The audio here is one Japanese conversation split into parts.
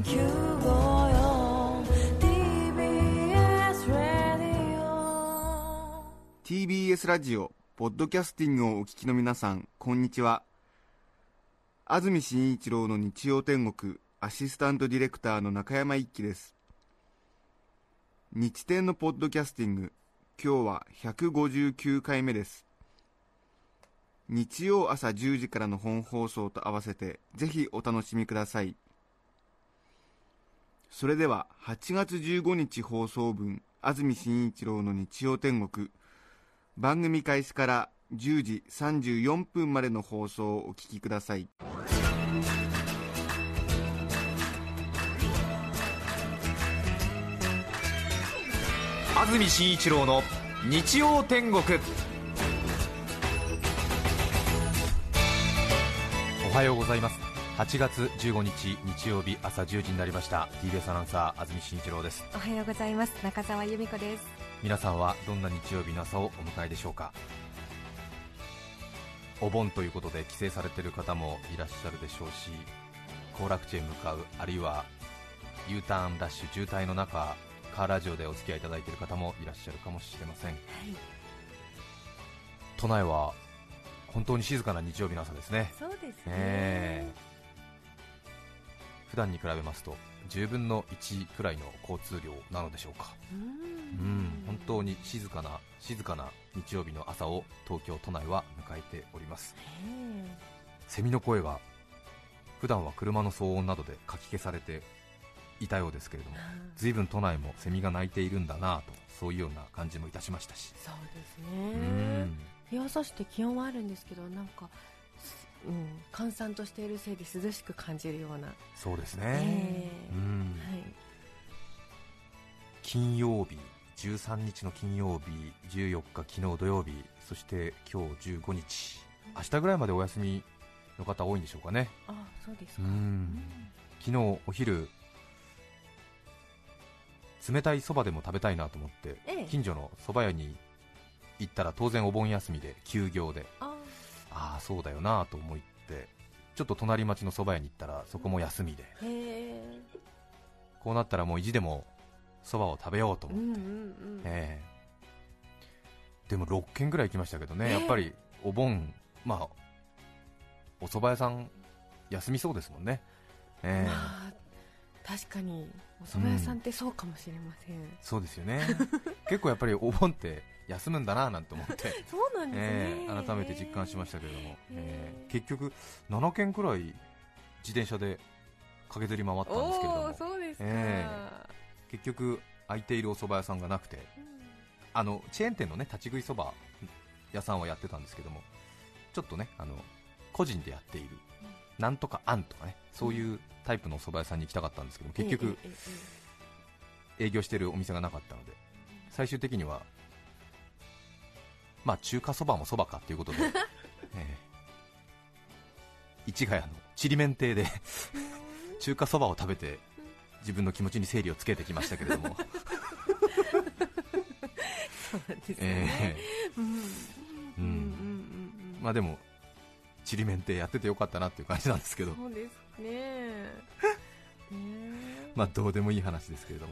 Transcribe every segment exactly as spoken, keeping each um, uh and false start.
きゅうごよん ティービーエス ラジオティービーエス ラジオポッドキャスティングをお聞きの皆さん、こんにちは。安住紳一郎の日曜天国アシスタントディレクターの中山一輝です。日天のポッドキャスティング、今日はひゃくごじゅうきゅうかいめです。日曜朝じゅうじからの本放送と合わせてぜひお楽しみください。それでははちがつじゅうごにち放送分、安住紳一郎の日曜天国、番組開始からじゅうじさんじゅうよんぷんまでの放送をお聞きください。 安住紳一郎の日曜天国。おはようございます。はちがつじゅうごにち日曜日朝じゅうじになりました。 ティービーエス アナウンサー安住紳一郎です。 おはようございます。中澤由美子です。 皆さんはどんな日曜日の朝をお迎えでしょうか。お盆ということで帰省されている方もいらっしゃるでしょうし、行楽地へ向かう、あるいは U ターンラッシュ渋滞の中カーラジオでお付き合いいただいている方もいらっしゃるかもしれません、はい、都内は本当に静かな日曜日の朝ですね。 そうですね、 えー、普段に比べますとじゅうぶんのいちくらいの交通量なのでしょうか。 うーん、 うん、本当に静かな静かな日曜日の朝を東京都内は迎えております。セミの声が普段は車の騒音などでかき消されていたようですけれども、随分都内もセミが鳴いているんだなと、そういうような感じもいたしましたし。 そうですね。日を差して気温はあるんですけど、なんか、うん、閑散としているせいで涼しく感じるような。 そうですね、 えーうんはい、 金曜日じゅうさんにちの金曜日、じゅうよっか昨日土曜日、そして今日じゅうごにち、明日ぐらいまでお休みの方多いんでしょうかね。 あ、そうですか。 うん、 うん、 昨日お昼冷たいそばでも食べたいなと思って、 ええ、 近所のそば屋に行ったら当然お盆休みで休業で、 あああそうだよなと思ってちょっと隣町のそば屋に行ったらそこも休みで、 へー、 こうなったらもう意地でもそばを食べようと思って、 うんうんうん、 えー、でもろっけんぐらい行きましたけどね、 えー、 やっぱりお盆、まあお蕎麦屋さん休みそうですもんね、えーまあ、確かにお蕎麦屋さんってそうかもしれません、うん、 そうですよね結構やっぱりお盆って休むんだななんて思ってそうなんですね、 えー、改めて実感しましたけれども、えー、結局ななけんくらい自転車で駆けずり回ったんですけれども、 おそうですか、 えー、結局空いているお蕎麦屋さんがなくて、うん、あのチェーン店のね立ち食いそば屋さんはやってたんですけども、ちょっとねあの個人でやっている、うん、なんとかあんとかね、そういうタイプのお蕎麦屋さんに行きたかったんですけども、結局営業しているお店がなかったので、最終的にはまあ中華そばもそばかということで、えー、市ヶ谷のちりめん亭で中華そばを食べて自分の気持ちに整理をつけてきましたけれどもそうなんですね、 まあでもちりめん亭やっててよかったなっていう感じなんですけど、 そうですねまあどうでもいい話ですけれども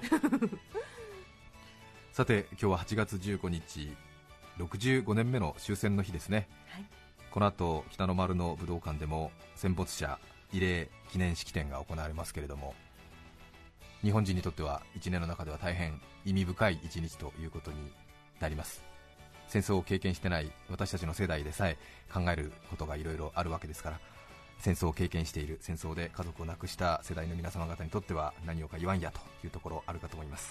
さて今日ははちがつじゅうごにち、ろくじゅうごねんめの終戦の日ですね、はい、この後北の丸の武道館でも戦没者慰霊記念式典が行われますけれども、日本人にとってはいちねんの中では大変意味深い一日ということになります。戦争を経験してない私たちの世代でさえ考えることがいろいろあるわけですから、戦争を経験している、戦争で家族を亡くした世代の皆様方にとっては何をか言わんやというところあるかと思います。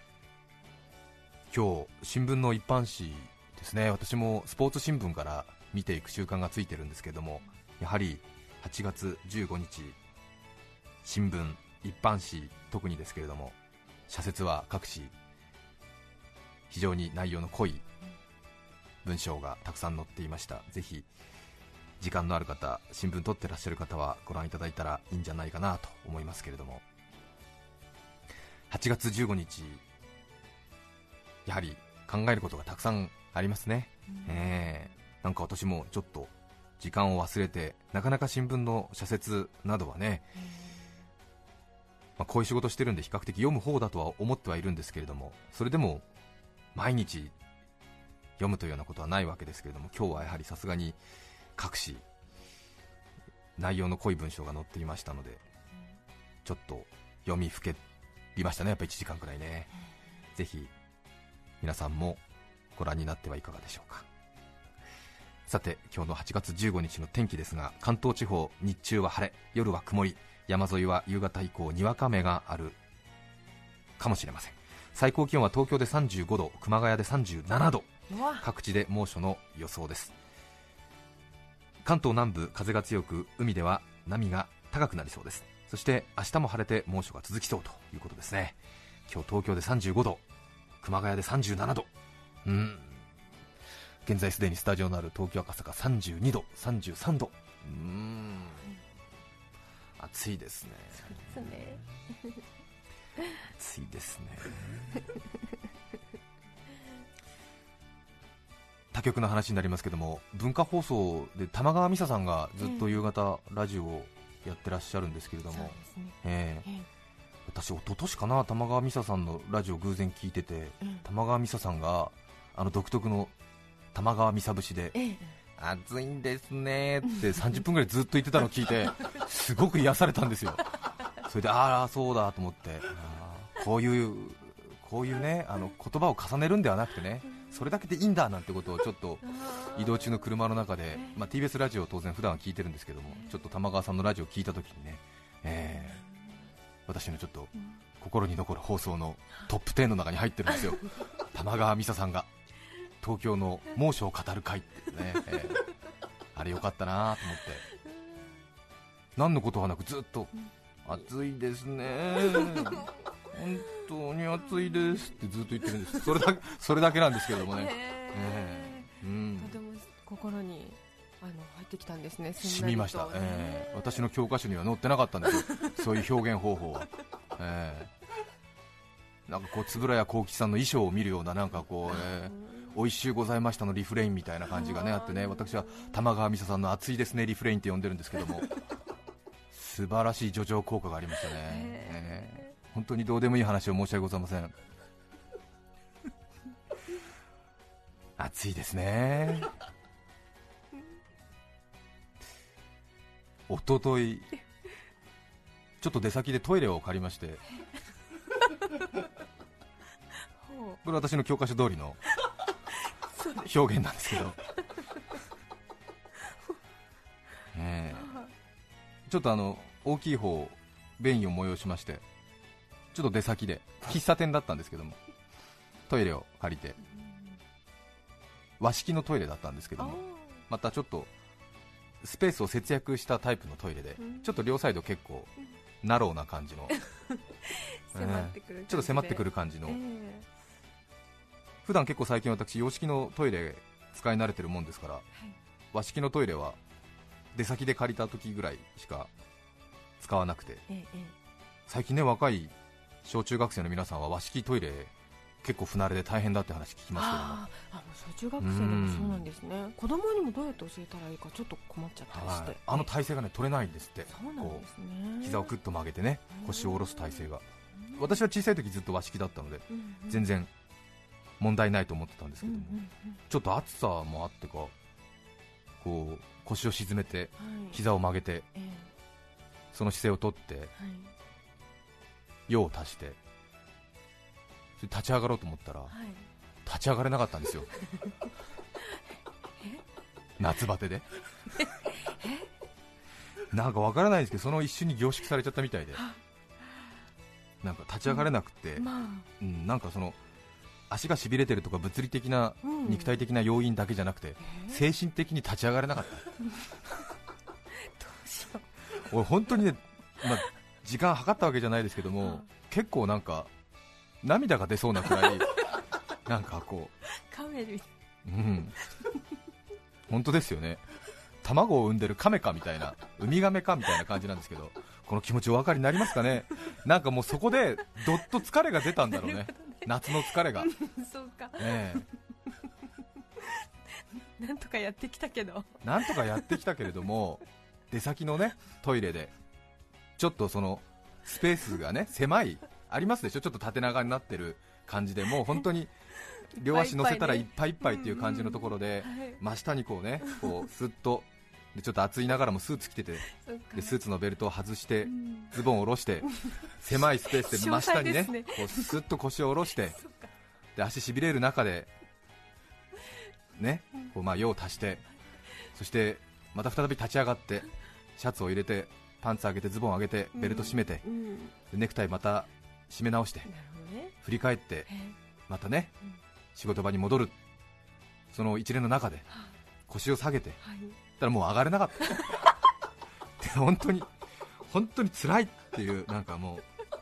今日新聞の一般紙ですね、私もスポーツ新聞から見ていく習慣がついてるんですけれども、やはりはちがつじゅうごにち新聞一般紙特にですけれども、社説は各紙非常に内容の濃い文章がたくさん載っていました。ぜひ時間のある方、新聞取ってらっしゃる方はご覧いただいたらいいんじゃないかなと思いますけれども、はちがつじゅうごにちやはり考えることがたくさんありますね、うん、えー、なんか私もちょっと時間を忘れて、なかなか新聞の社説などはね、 まあ、こういう仕事してるんで比較的読む方だとは思ってはいるんですけれども、それでも毎日読むというようなことはないわけですけれども、今日はやはりさすがに各紙内容の濃い文章が載っていましたので、ちょっと読みふけりましたね。やっぱいちじかんくらいね。ぜひ皆さんもご覧になってはいかがでしょうか。さて今日のはちがつじゅうごにちの天気ですが、関東地方日中は晴れ、夜は曇り、山沿いは夕方以降にわか雨があるかもしれません。最高気温は東京でさんじゅうごど、熊谷でさんじゅうななど、各地で猛暑の予想です。関東南部風が強く、海では波が高くなりそうです。そして明日も晴れて猛暑が続きそうということですね。今日東京でさんじゅうごど、熊谷でさんじゅうななど、うーん現在すでにスタジオのある東京赤坂さんじゅうにど、さんじゅうさんど、うーん暑いですね。 そうですね。 暑いですね。他局の話になりますけども、文化放送で玉川美沙さんがずっと夕方ラジオをやってらっしゃるんですけれども、 そうですね。 えーええ私一昨年かな、玉川美沙さんのラジオを偶然聞いてて、 うん玉川美沙さんがあの独特の玉川美沙節でええ暑いんですねってさんじゅっぷんぐらいずっと言ってたのを聞いてすごく癒されたんですよ。それでああそうだと思って、あーこういうこういうね、あの言葉を重ねるんではなくてね、それだけでいいんだなんてことをちょっと移動中の車の中で、まあ、ティービーエス ラジオを当然普段は聞いてるんですけども、ちょっと玉川さんのラジオを聞いたときにね、えー私のちょっと心に残る放送のトップじゅうの中に入ってるんですよ。玉川美沙さんが東京の猛暑を語る会ってね、えーあれよかったなと思って、何のことはなくずっと暑いですね、本当に暑いですってずっと言ってるんです。それだけ、それだけなんですけどもね、えーうんとても心にあの入ってきたんですね。 染みました、えー私の教科書には載ってなかったんですよ、そういう表現方法は。えーなんかこう円谷幸吉さんの衣装を見るような、なんかこう、えーおいしゅうございましたのリフレインみたいな感じがねあってね、私は玉川美沙さんの暑いですねリフレインって呼んでるんですけども、素晴らしい助長効果がありましたね、えー本当にどうでもいい話を申し訳ございません。暑いですね。おとといちょっと出先でトイレを借りまして、これ私の教科書通りの表現なんですけど、えー、ちょっとあの大きい方便意を催しまして、ちょっと出先で喫茶店だったんですけどもトイレを借りて、和式のトイレだったんですけども、またちょっとスペースを節約したタイプのトイレで、ちょっと両サイド結構ナローな感じの迫ってくる、 えーちょっと迫ってくる感じの、 え普段結構最近私洋式のトイレ使い慣れてるもんですから、和式のトイレは出先で借りた時ぐらいしか使わなくて、 ええ最近ね若い小中学生の皆さんは和式トイレ結構不慣れで大変だって話聞きますけども、 あーあ、もう小中学生でもそうなんですね。子供にもどうやって教えたらいいかちょっと困っちゃったりして、 はい、あの体勢がね取れないんですって。 そうなんですね。 膝をクッと曲げてね、腰を下ろす体勢が、 うん私は小さい時ずっと和式だったのでうんうん全然問題ないと思ってたんですけども、 うんうんうんちょっと暑さもあってか、こう腰を沈めてはい膝を曲げてええその姿勢をとってはい用を足して、それ立ち上がろうと思ったらはい立ち上がれなかったんですよ。夏バテでなんかわからないですけど、その一瞬に凝縮されちゃったみたいで、なんか立ち上がれなくて、 まあうん、なんかその足がしびれてるとか物理的なうん肉体的な要因だけじゃなくて、 え精神的に立ち上がれなかった。 どうしよ俺本当にね、まあ、時間計ったわけじゃないですけども、 うん結構なんか涙が出そうなくらいなんかこうカメルう、うん、本当ですよね。卵を産んでる亀かみたいな、ウミガメかみたいな感じなんですけど、この気持ちお分かりになりますかね。なんかもうそこでどっと疲れが出たんだろうね、夏の疲れが、 そうか、 ええ、 なんとかやってきたけどなんとかやってきたけれども、出先のねトイレでちょっとそのスペースがね狭いありますでしょ、ちょっと縦長になってる感じで、もう本当に両足乗せたらいっぱいいっぱいっていう感じのところで、真下にこうね、こうスッとでちょっと暑いながらもスーツ着てて、でスーツのベルトを外してズボンを下ろして狭いスペースで真下にねこうスッと腰を下ろしてで足しびれる中でねこうまあ用を足して、そしてまた再び立ち上がってシャツを入れてパンツ上げてズボン上げてベルト締めて、でネクタイまた締め直して振り返ってまたね仕事場に戻る、その一連の中で腰を下げてたらもう上がれなかったで本当に本当に辛いっていう、なんかも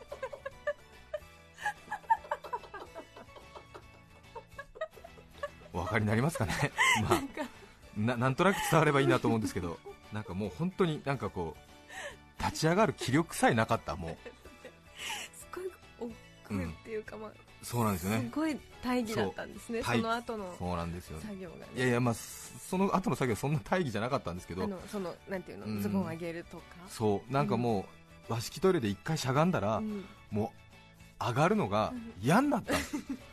うお分かりになりますかねまあ な, なんとなく伝わればいいなと思うんですけど、なんかもう本当になんかこう立ち上がる気力さえなかった。もうすごい億劫っていうか、まあそうなんですよね、 すごい大義だったんですね、 そ, その後のそうなんですよ、 作業がね。 いやいや、まあ、その後の作業はそんな大義じゃなかったんですけど、 あのそのなんていうの、 うん、 ズボン上げるとか、 そうなんかもう、和式トイレで一回しゃがんだら、うん、もう上がるのが嫌になった、うん、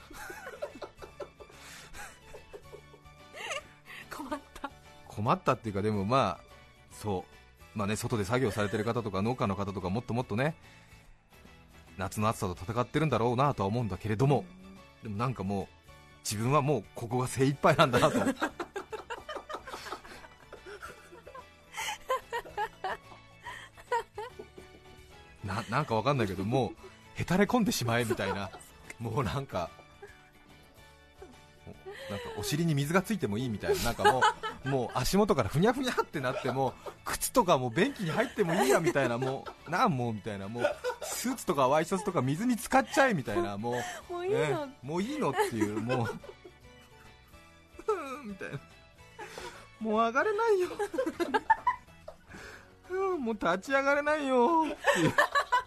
困った困ったっていうか、でもまあそうまあね、外で作業されてる方とか農家の方とかもっともっとね夏の暑さと戦ってるんだろうなとは思うんだけれども、でもなんかもう自分はもうここが精一杯なんだなとな, なんかわかんないけど、もうへたれ込んでしまえみたいな、もうなんかなんかお尻に水がついてもいいみたいな、なんかもうもう足元からふにゃふにゃってなって、もう靴とかもう便器に入ってもいいやみたいな、もうなんもうみたいな、もうスーツとかワイシャツとか水に浸かっちゃえみたいな、もうもういいの、 ね、もういいのっていう、もうみたいな、もう上がれないよもう立ち上がれないよっていう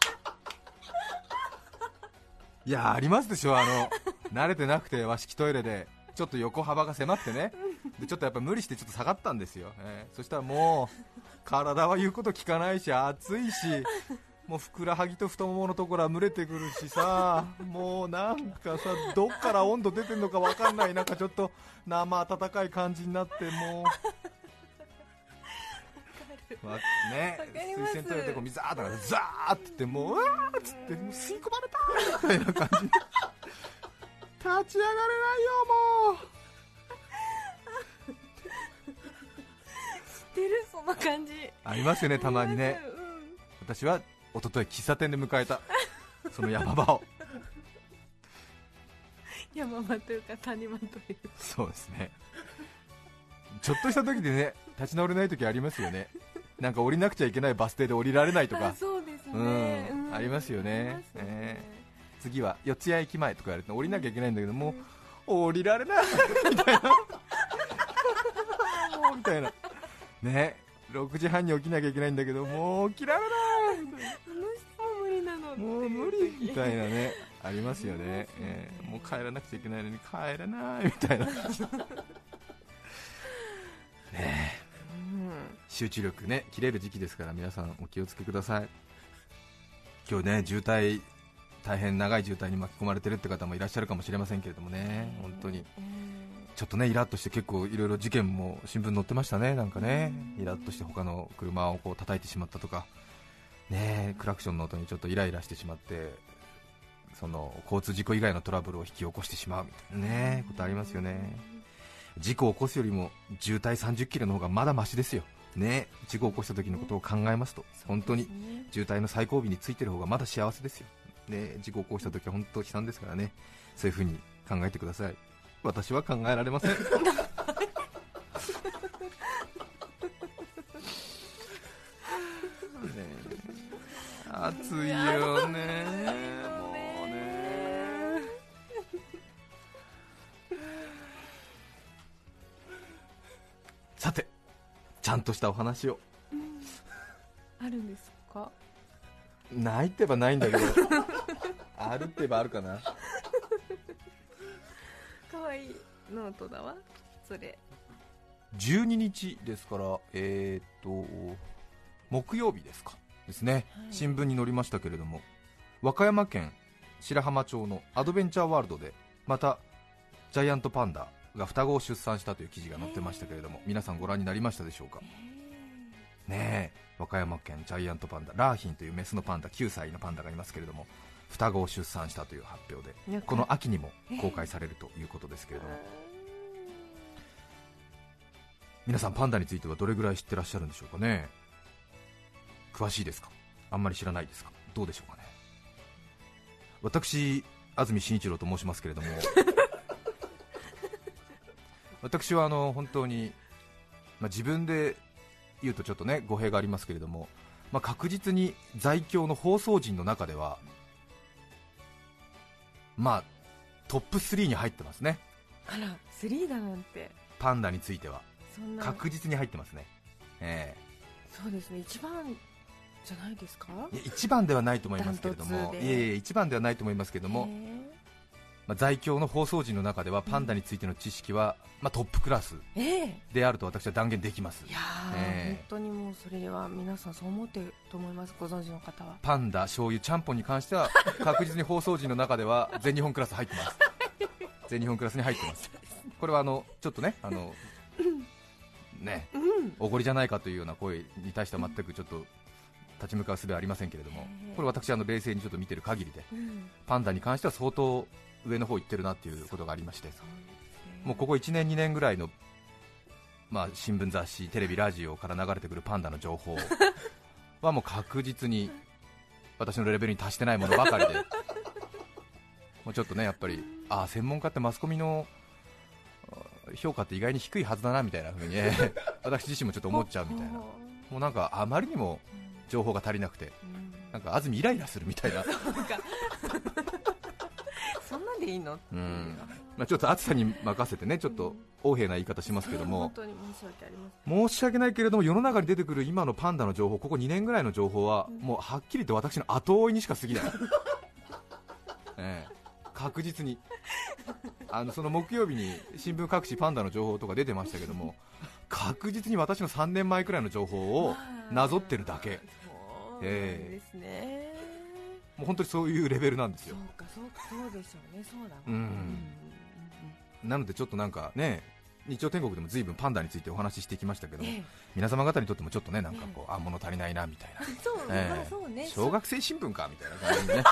いやありますでしょ、あの慣れてなくて和式トイレでちょっと横幅が狭くてね、でちょっとやっぱ無理してちょっと下がったんですよ、えー、そしたらもう体は言うこと聞かないし暑いし、もうふくらはぎと太もものところは蒸れてくるしさ、もうなんかさ、どっから温度出てんのか分かんない、なんかちょっと生温かい感じになって、もうまあね、水洗トイレでこう水あーとかザーってってもううわーっつってもう吸い込まれたみたいな感じで立ち上がれないよもう知ってるその感じありますよね、たまにね、 うん、 私は一昨日喫茶店で迎えたその山場を山場というか谷間という、 そうですね、ちょっとした時でね立ち直れない時ありますよね、なんか降りなくちゃいけないバス停で降りられないとか、 そうですね、 うんうん、 ありますよね、 ありますよね、 えー、次は四谷駅前とか言われて降りなきゃいけないんだけど、もう、うん、降りられないみたいなもうみたいなね、ろくじはんに起きなきゃいけないんだけど、もう起きられないみたいな、 あの人も無理なのってもう無理みたいなねありますよね、えー、もう帰らなくちゃいけないのに帰れないみたいなねえ、うん、集中力ね切れる時期ですから、皆さんお気をつけください。今日ね渋滞、大変長い渋滞に巻き込まれてるって方もいらっしゃるかもしれませんけれどもね、本当にちょっとねイラッとして、結構いろいろ事件も新聞載ってましたね、なんかねイラッとして他の車をこう叩いてしまったとかね、クラクションの音にちょっとイライラしてしまって、その交通事故以外のトラブルを引き起こしてしまうみたいなねことありますよね。事故を起こすよりも渋滞さんじゅっキロの方がまだマシですよね。事故を起こした時のことを考えますと、本当に渋滞の最後尾についてる方がまだ幸せですよ、ね、事故を起こした時は本当悲惨ですからね、そういう風に考えてください。私は考えられませんね、暑いよね、もうねさてちゃんとしたお話を、 うん、あるんですか？ ないってばないんだけどあるってばあるかな。 かわいいノートだわそれ。 じゅうににちですから、えー、っと木曜日ですかですね、 はい、 新聞に載りましたけれども、和歌山県白浜町のアドベンチャーワールドでまたジャイアントパンダが双子を出産したという記事が載ってましたけれども、皆さんご覧になりましたでしょうか。ねえ、和歌山県ジャイアントパンダ、ラーヒンというメスのパンダ、きゅうさいのパンダがいますけれども、双子を出産したという発表で、この秋にも公開されるということですけれども、皆さんパンダについてはどれぐらい知ってらっしゃるんでしょうかね。詳しいですか、あんまり知らないですか、どうでしょうかね。私、安住紳一郎と申しますけれども私はあの本当に、まあ、自分で言うとちょっとね語弊がありますけれども、まあ、確実に在京の放送陣の中ではまあトップスリーに入ってますね。 あら、スリーだなんて。 パンダについてはそんな確実に入ってますね、えそうですね、一番じゃないですか。 ー、いや一番ではないと思いますけれどダントツでも、いえいえ一番ではないと思いますけれども、 へーまあ、在京の放送陣の中ではパンダについての知識は、まあ、トップクラスええであると私は断言できます。 いやー、 えー本当にもうそれは皆さんそう思ってると思います、ご存知の方は。 パンダ、醤油、ちゃんぽんに関しては確実に放送陣の中では全日本クラス入ってます全日本クラスに入ってます。これはあのちょっとね、あのね、おごりじゃないかというような声に対しては全くちょっと立ち向かう術はありませんけれども、これ私あの冷静にちょっと見てる限りで、パンダに関しては相当上の方行ってるなっていうことがありまして、もうここいちねんにねんぐらいの、まあ、新聞雑誌、テレビ、ラジオから流れてくるパンダの情報はもう確実に私のレベルに達してないものばかりでもうちょっとね、やっぱりあ専門家ってマスコミの評価って意外に低いはずだなみたいな風にね私自身もちょっと思っちゃうみたいな、もうなんかあまりにも情報が足りなくて、なんか安住イライラするみたいなそんなんでいいの、 うん、まあ、ちょっと暑さに任せてね、ちょっと横柄な言い方しますけども、 本当に申し訳ありません。 申し訳ないけれども、世の中に出てくる今のパンダの情報、ここにねんぐらいの情報はもうはっきり言って私の後追いにしか過ぎないええ、確実にあのその木曜日に新聞各紙パンダの情報とか出てましたけども、確実に私のさんねんまえくらいの情報をなぞってるだけ。 そうですね、 もう本当にそういうレベルなんですよ。 そうかそうか、そうでしょうね、そうだわ、 うん、なのでちょっとなんかね、日曜天国でも随分パンダについてお話ししてきましたけども、 ええ、 皆様方にとってもちょっとね、なんかこう、あ、物足りないなみたいなそう、 ええまあそうね、 小学生新聞かみたいな感じにね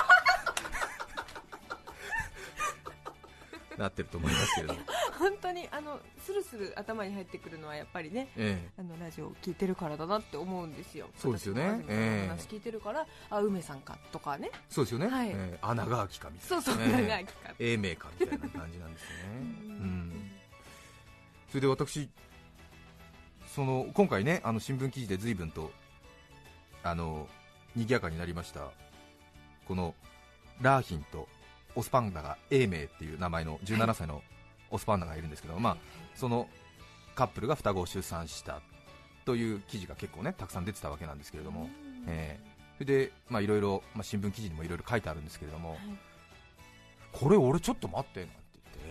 なってると思いますけれども、 本当にあのスルスル頭に入ってくるのはやっぱりね、 ええ、 あのラジオを聞いてるからだなって思うんですよ。 そうですよね、 私も安住さんの話聞いてるから、あ、梅さんかとかね、 そうですよね、 はい、 ええ、穴川きかみたいな、 そうそう、 ええ、 長い期間、 英明かみたいな感じなんですよねうんうん、それで私その今回ね、あの新聞記事で随分とあの賑やかになりましたこのラーヒンとオスパンダが英明っていう名前のじゅうななさいのオスパンダがいるんですけど、まあ、そのカップルが双子を出産したという記事が結構ねたくさん出てたわけなんですけれども、えー、それでまあいろいろ、まあ、新聞記事にもいろいろ書いてあるんですけれども、はい、これ俺ちょっと待ってなんて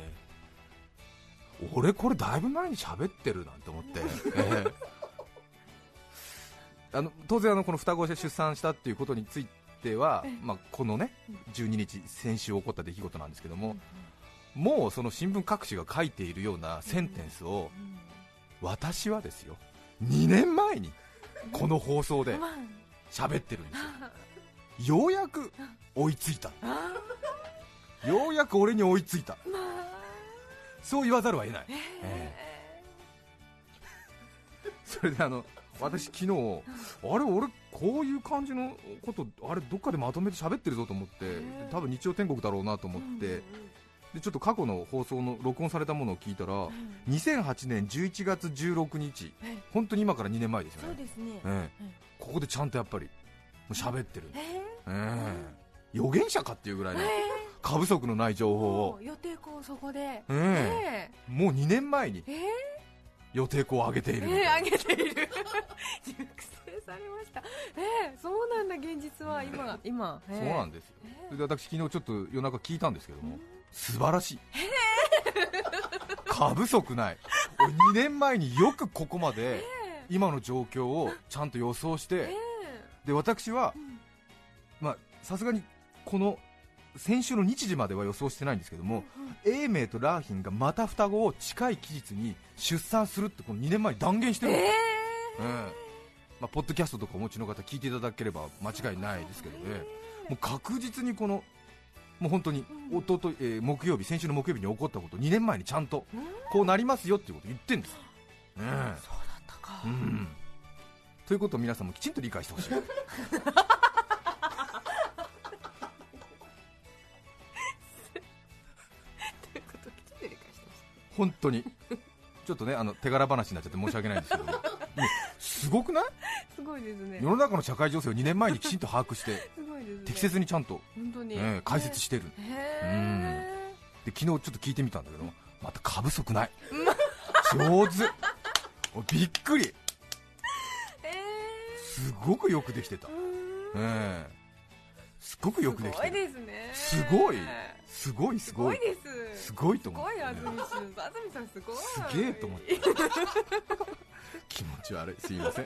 言って、俺これだいぶ前に喋ってるなんて思って、えー、あの当然あのこの双子で出産したっていうことについては、まあ、このねじゅうににち、先週起こった出来事なんですけども、もうその新聞各紙が書いているようなセンテンスを私はですよ、にねんまえにこの放送で喋ってるんですよ。ようやく追いついた、ようやく俺に追いついた、そう言わざるを得ない、えー、それであの私昨日、あれ俺こういう感じのことあれどっかでまとめて喋ってるぞと思って、多分日曜天国だろうなと思って、でちょっと過去の放送の録音されたものを聞いたら、にせんはちねんじゅういちがつじゅうろくにち、本当に今からにねんまえですよね。 そうですね、 ええ、ここでちゃんとやっぱりもう喋ってる、ええ、予言者かっていうぐらいの過不足のない情報を、 予定校そこで、えええ、もうにねんまえに予定校を上げている、 えー、上げている熟成されました、えー、そうなんだ、現実は今、今、 えー、そうなんですよ、えー、それで私昨日ちょっと夜中聞いたんですけども、素晴らしい、過不足ない、にねんまえによくここまで今の状況をちゃんと予想して、 で私はまあさすがにこの先週の日時までは予想してないんですけども、永明と良浜がまた双子を近い期日に出産するってこのにねんまえに断言してるんですよ、えーえーまあ、ポッドキャストとかお持ちの方聞いていただければ間違いないですけどね、もう確実にこのもう本当におととい、えー、木曜日先週の木曜日に起こったことをにねんまえにちゃんとこうなりますよっていうことを言ってるんです、ね、 そうだったか、 うん、ということを皆さんもきちんと理解してほしい本当にちょっとねあの手柄話になっちゃって申し訳ないんですけどもうすごくない？ すごいですね。 世の中の社会情勢をにねんまえにきちんと把握してすごいですね、 適切にちゃんと、 本当に、 ね、解説してる、 へうんで昨日ちょっと聞いてみたんだけどもまた過不足ない上手びっくり、すごくよくできてた、えー、すごくよくできてる、 すごいですね、 すごいすごいすごいすごいですすごいと思う、 すごい安住さん、安住さんすごいすげえと思って気持ち悪い、すいません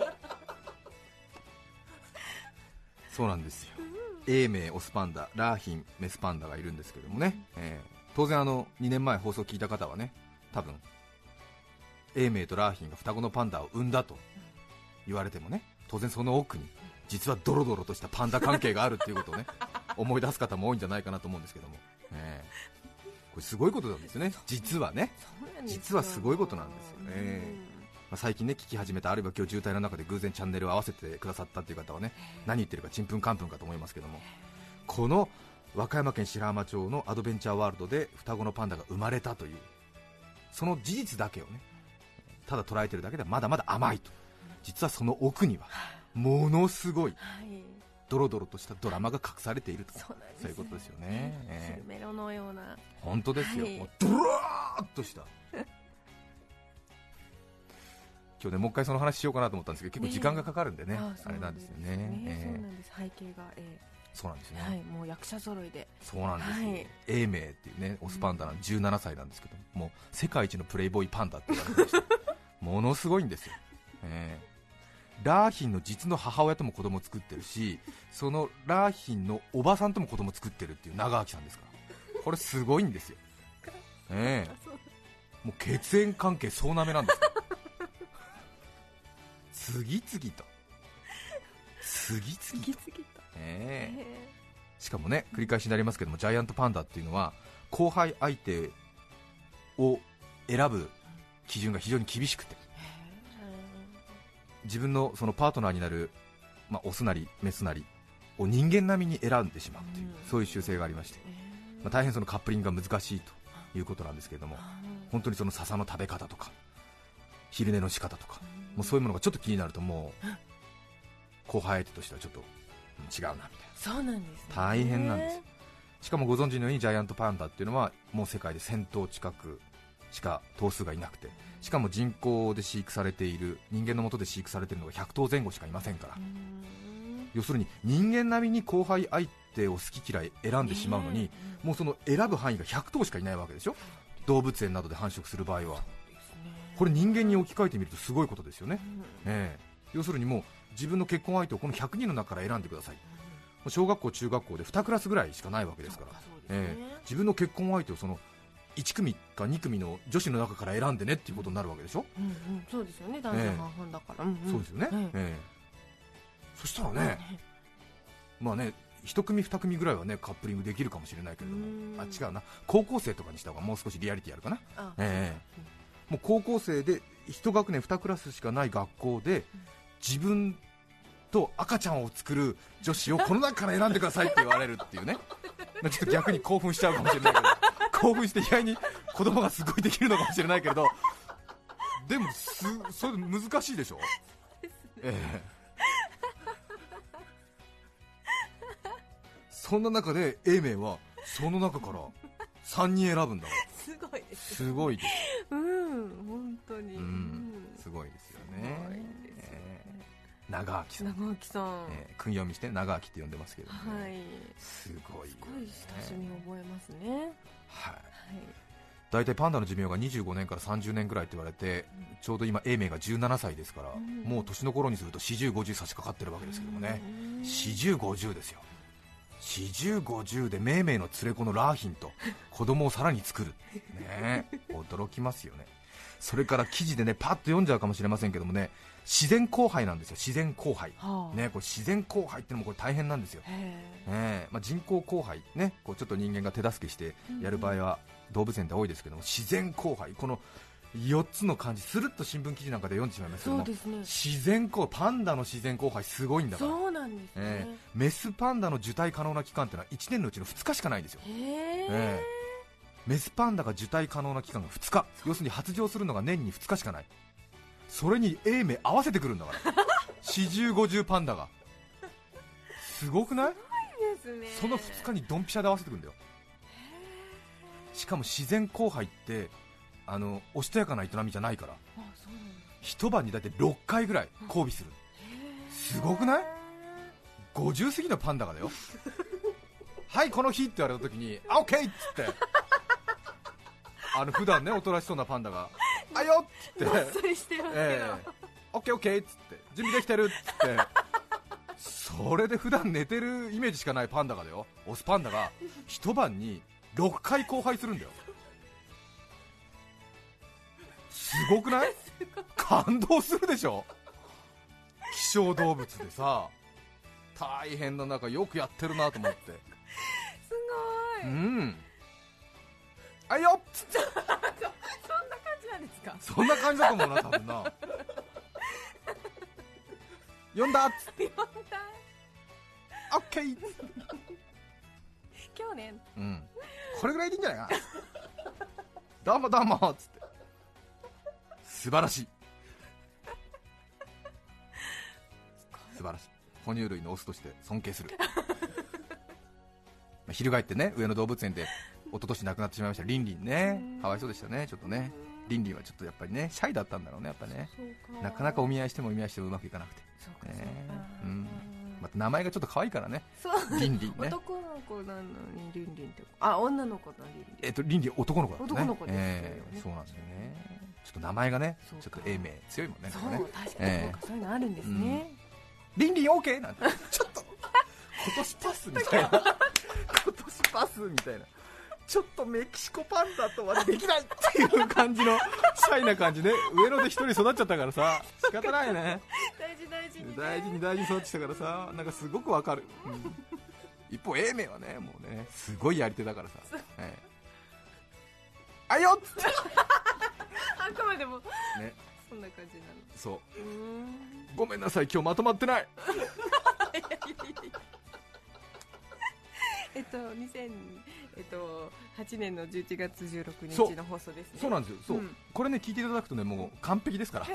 そうなんですよ、永明オスパンダ、良浜メスパンダがいるんですけどもね、えー、当然あのにねんまえ放送聞いた方はね多分永明と良浜が双子のパンダを産んだと言われてもね当然その奥に実はドロドロとしたパンダ関係があるっていうことをね思い出す方も多いんじゃないかなと思うんですけども、えー、これすごいことなんですよね、実はね、実はすごいことなんですよね、えーまあ、最近ね聞き始めた、あるいは今日渋滞の中で偶然チャンネルを合わせてくださったっていう方はね何言ってるかちんぷんかんぷんかと思いますけども、この和歌山県白浜町のアドベンチャーワールドで双子のパンダが生まれたというその事実だけをねただ捉えてるだけではまだまだ甘いと、実はその奥にはものすごいドロドロとしたドラマが隠されていると、そうなんですね、そういうことですよね、えー、 メロのような、 本当ですよ、 はい、 もうドラーッとした今日ねもう一回その話しようかなと思ったんですけど結構時間がかかるんで ね, ね あ, あれなんですよね、 ね、そうなんです、背景が、えー、 そうなんですね、 はい、もう役者揃いで、 そうなんですよ、 はい、 永明っていうねオスパンダのじゅうななさいなんですけど、うん、もう世界一のプレイボーイパンダって言われてましたものすごいんですよ、えー、良浜の実の母親とも子供を作ってるし、その良浜のおばさんとも子供を作ってるっていう長明さんですから、これすごいんですよ、えー、もう血縁関係総なめなんですよ次々と次々と、えー、しかもね繰り返しになりますけどもジャイアントパンダっていうのは交配相手を選ぶ基準が非常に厳しくて、自分のそのパートナーになる、まあ、オスなりメスなりを人間並みに選んでしまうという、そういう習性がありまして、まあ、大変そのカップリングが難しいということなんですけれども、本当にその笹の食べ方とか昼寝の仕方とか、もうそういうものがちょっと気になるともう後輩相手としてはちょっと違うなみたいな、 そうなんです、ね、 大変なんですよ。しかもご存知のようにジャイアントパンダっていうのはもう世界でせん頭近くしか頭数がいなくて、しかも人工で飼育されている、人間の下で飼育されているのがひゃく頭前後しかいませんから、要するに人間並みに後輩相手を好き嫌い選んでしまうのに、もうその選ぶ範囲がひゃく頭しかいないわけでしょ、動物園などで繁殖する場合は。これ人間に置き換えてみるとすごいことですよね、えー、要するにもう自分の結婚相手をこのひゃくにんの中から選んでください、小学校中学校でにクラスぐらいしかないわけですから、えー、自分の結婚相手をそのいち組かに組の女子の中から選んでねっていうことになるわけでしょ、うんうん、そうですよね、男女半々だから、えーうんうん、そうですよね、えーえー、そしたらね、まあねいち組に組ぐらいはねカップリングできるかもしれないけれども、あ違うな、高校生とかにした方がもう少しリアリティあるかな、あ、えーうん、もう高校生でいち学年にクラスしかない学校で自分と赤ちゃんを作る女子をこの中から選んでくださいって言われるっていうねちょっと逆に興奮しちゃうかもしれないけど興奮して意外に子供がすごいできるのかもしれないけれど、でもすそれ難しいでしょ、ええ、そんな中で A 面はその中からさんにん選ぶんだからすごいです、 すごいです、 うん、本当に、うん、 すごいですよね、えー、長明さん、 長明さん、 えー、訓読みして長明って呼んでますけど、ね、 はい、 すごい、ね、 すごい親しみを覚えますね、 はい、はい、 だいたいパンダの寿命がにじゅうごねんからさんじゅうねんぐらいと言われて、ちょうど今永明がじゅうななさいですから、うん、もう年の頃にするとよんじゅうごじゅう差し掛かってるわけですけどもね、よんじゅうごじゅうですよ。よんじゅうごじゅうで永明の連れ子のラーヒンと子供をさらに作るね、驚きますよね。それから記事でねパッと読んじゃうかもしれませんけどもね、自然交配なんですよ。自然交配、はあね、これ自然交配ってのもこれ大変なんですよ、ねまあ、人工交配ね、こうちょっと人間が手助けしてやる場合は動物園で多いですけども、自然交配、このよっつの漢字スルッと新聞記事なんかで読んでしまいますけども、そうですね、自然交パンダの自然交配すごいんだから。 そうなんですね、えー、メスパンダの受胎可能な期間ってのは、いちねんのうちのふつかしかないんですよ。 へー、 えーメスパンダが受胎可能な期間がふつか、要するに発情するのが年にふつかしかない。それに永明合わせてくるんだからよんじゅうごじゅうパンダがすごくない？ すごいですね。 そのふつかにドンピシャで合わせてくるんだよ。しかも自然交配ってあのおしとやかな営みじゃないから、あ、そうなんです。一晩にだいたいろっかいぐらい交尾する。すごくない？ごじゅう過ぎのパンダがだよはいこの日って言われた時にあオッケーっつってあの普段ねおとなしそうなパンダがあよっつってもっそりしてますけど、 えー、オッケーオッケーっつって準備できてるっつってそれで普段寝てるイメージしかないパンダがだよ、オスパンダが一晩にろっかい交配するんだよ。すごくない？感動するでしょ。希少動物でさ大変な中よくやってるなと思って、 すごい、 うん、あいよっつってそんな感じなんですか？ そんな感じだと思うな多分な呼んだっつって呼んだオッケー去年、 うん、これぐらいでいいんじゃないかなどうもどうもっつって素晴らしい素晴らしい、哺乳類のオスとして尊敬する翻ってね、上野動物園で一昨年亡くなってしまいましたリンリンね、かわいそうでしたね。ちょっとねリンリンはちょっとやっぱりねシャイだったんだろうね、やっぱね、なかなかお見合いしてもお見合いしてもうまくいかなくて、 そうかね、 そうか、 うん、また名前がちょっと可愛いからね、 そうリンリンね、 男の子なのにリンリンって、あ、女の子のリンリン、 えっとリンリン男の子だったね、 男の子ですよね、 えー、そうなんですよね。ちょっと名前がねちょっと永明強いもんね。 そう、 ね、 確かにそうか、えー、そういうのあるんですね、 うん、リンリン OK なんてちょっと今年パスみたいな今年パスみたいな、ちょっとメキシコパンダとはできないっていう感じのシャイな感じね。上野で一人育っちゃったからさ仕方ないね、 大事大事に、ね、 大事に大事に育ってきたからさ、なんかすごくわかる、うん、一方永明はねもうねすごいやり手だからさ、ええ、あよっつってあくまでも、 ね、 そんな感じなの。 そう、 うーん、 ごめんなさい今日まとまってないいやいやいやえっとにせんえっとはちねんのじゅういちがつじゅうろくにちの放送ですね。 そうなんですよ、そう、うん、これね聞いていただくとねもう完璧ですから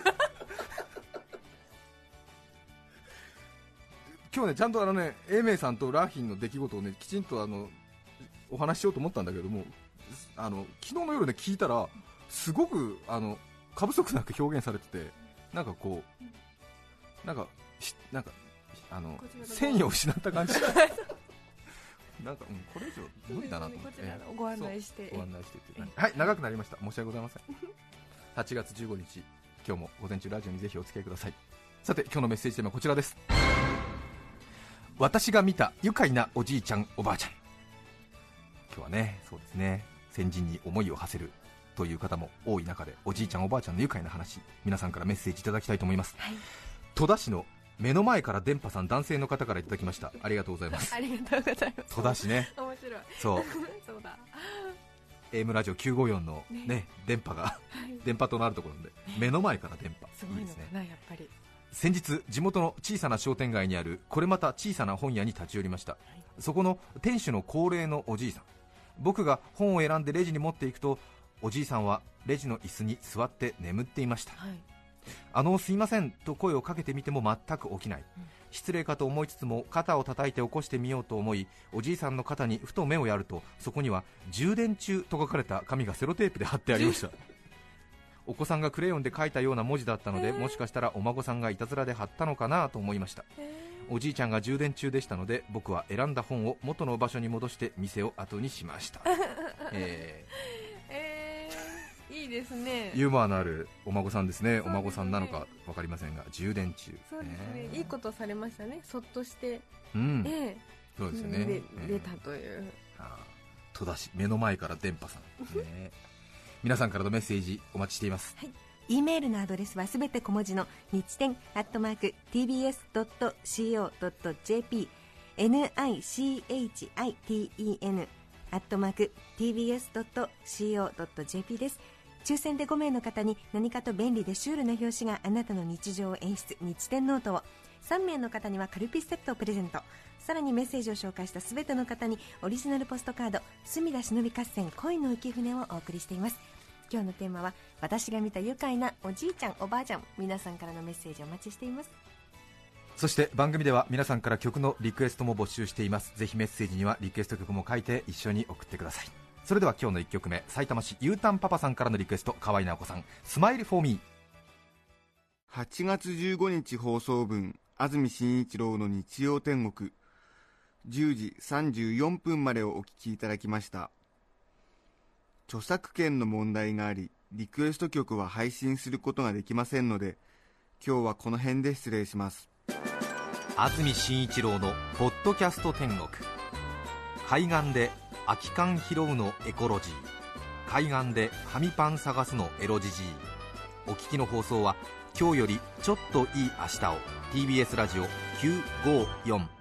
今日ねちゃんとあのね永明さんとラーヒンの出来事をねきちんとあのお話ししようと思ったんだけども、あの昨日の夜ね聞いたらすごくあの過不足なく表現されてて、なんかこうなんかなんかあの繊維を失った感じなんか、うん、これ以上無理だなと思って、 こちらのご案内してご案内してってはい、長くなりました、申し訳ございませんはちがつじゅうごにち今日も午前中ラジオにぜひお付き合いください。さて今日のメッセージテーマはこちらです。私が見た愉快なおじいちゃんおばあちゃん。今日はねそうですね、先人に思いを馳せるという方も多い中でおじいちゃんおばあちゃんの愉快な話、皆さんからメッセージいただきたいと思います、はい、戸田市の目の前から電波さん、男性の方からいただきました。ありがとうございます。 ありがとうございます。 戸田市ね、 面白い。 そうそうだ、 エーエム ラジオきゅうごよんの、ねね、電波が、はい、電波塔のあるところで目の前から電波、 すごいのかな、いいですね、やっぱり。 先日地元の小さな商店街にあるこれまた小さな本屋に立ち寄りました、はい、そこの店主の高齢のおじいさん、僕が本を選んでレジに持っていくとおじいさんはレジの椅子に座って眠っていました、はい、あのすいませんと声をかけてみても全く起きない、うん、失礼かと思いつつも肩を叩いて起こしてみようと思い、おじいさんの肩にふと目をやるとそこには充電中と書かれた紙がセロテープで貼ってありましたお子さんがクレヨンで書いたような文字だったので、もしかしたらお孫さんがいたずらで貼ったのかなと思いました。おじいちゃんが充電中でしたので僕は選んだ本を元の場所に戻して店を後にしました、えーえいいですね。 ユーモアのあるお孫さんですね。お孫さんなのか分かりませんが、充電中。 そうですね、いいことされましたね。そっとして、 うん、 ええ、 そうですよね、 で出たという、 あ戸田市目の前から電波さん、ね、皆さんからのメッセージお待ちしています。 はい、E メールのアドレスはすべて小文字の日天アットマーク ティービーエスドットシーオードットジェーピー ニチテン アットマーク ティービーエスドットシーオードットジェーピー です。抽選でごめいの方に何かと便利でシュールな表紙があなたの日常を演出、日天ノートを、さんめいの方にはカルピスセットをプレゼント。さらにメッセージを紹介したすべての方にオリジナルポストカード隅田忍び合戦恋の浮舟をお送りしています。今日のテーマは私が見た愉快なおじいちゃんおばあちゃん。皆さんからのメッセージお待ちしています。 そして番組では皆さんから曲のリクエストも募集しています。ぜひメッセージにはリクエスト曲も書いて一緒に送ってください。それでは今日のいっきょくめ、埼玉市ゆうたんパパさんからのリクエスト、河合直子さん、スマイルフォーミー。 はちがつじゅうごにち放送分、安住紳一郎の日曜天国、じゅうじさんじゅうよんぷんまでをお聞きいただきました。著作権の問題があり、リクエスト曲は配信することができませんので、今日はこの辺で失礼します。 安住紳一郎のポッドキャスト天国。海岸で空き缶拾うのエコロジー、海岸で紙パン探すのエロジジー。お聞きの放送は今日よりちょっといい明日を。 ティービーエス ラジオきゅうごよん。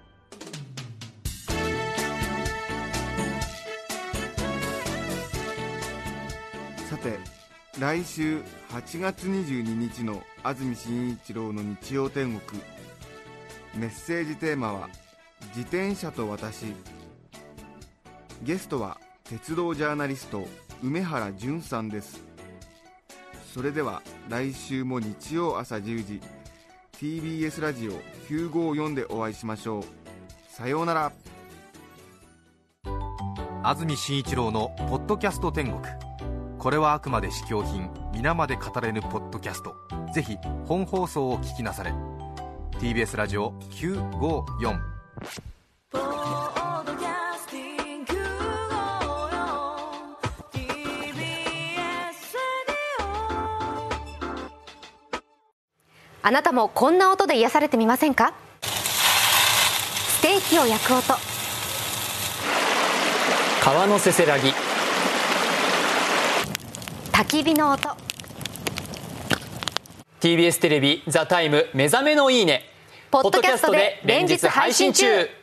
さて、来週はちがつにじゅうににちの安住紳一郎の日曜天国、メッセージテーマは自転車と私。ゲストは鉄道ジャーナリスト梅原淳さんです。それでは来週も日曜朝じゅうじ ティービーエス ラジオきゅうごよんでお会いしましょう。さようなら。 安住紳一郎のポッドキャスト天国。これはあくまで試供品、皆まで語れぬポッドキャスト。ぜひ本放送を聞きなされ。 ティービーエス ラジオきゅうごよん。 あなたもこんな音で癒されてみませんか？ステーキを焼く音、 川のせせらぎ、 焚き火の音。 ティービーエス テレビザタイム目覚めのいいね、 ポッドキャストで連日配信中。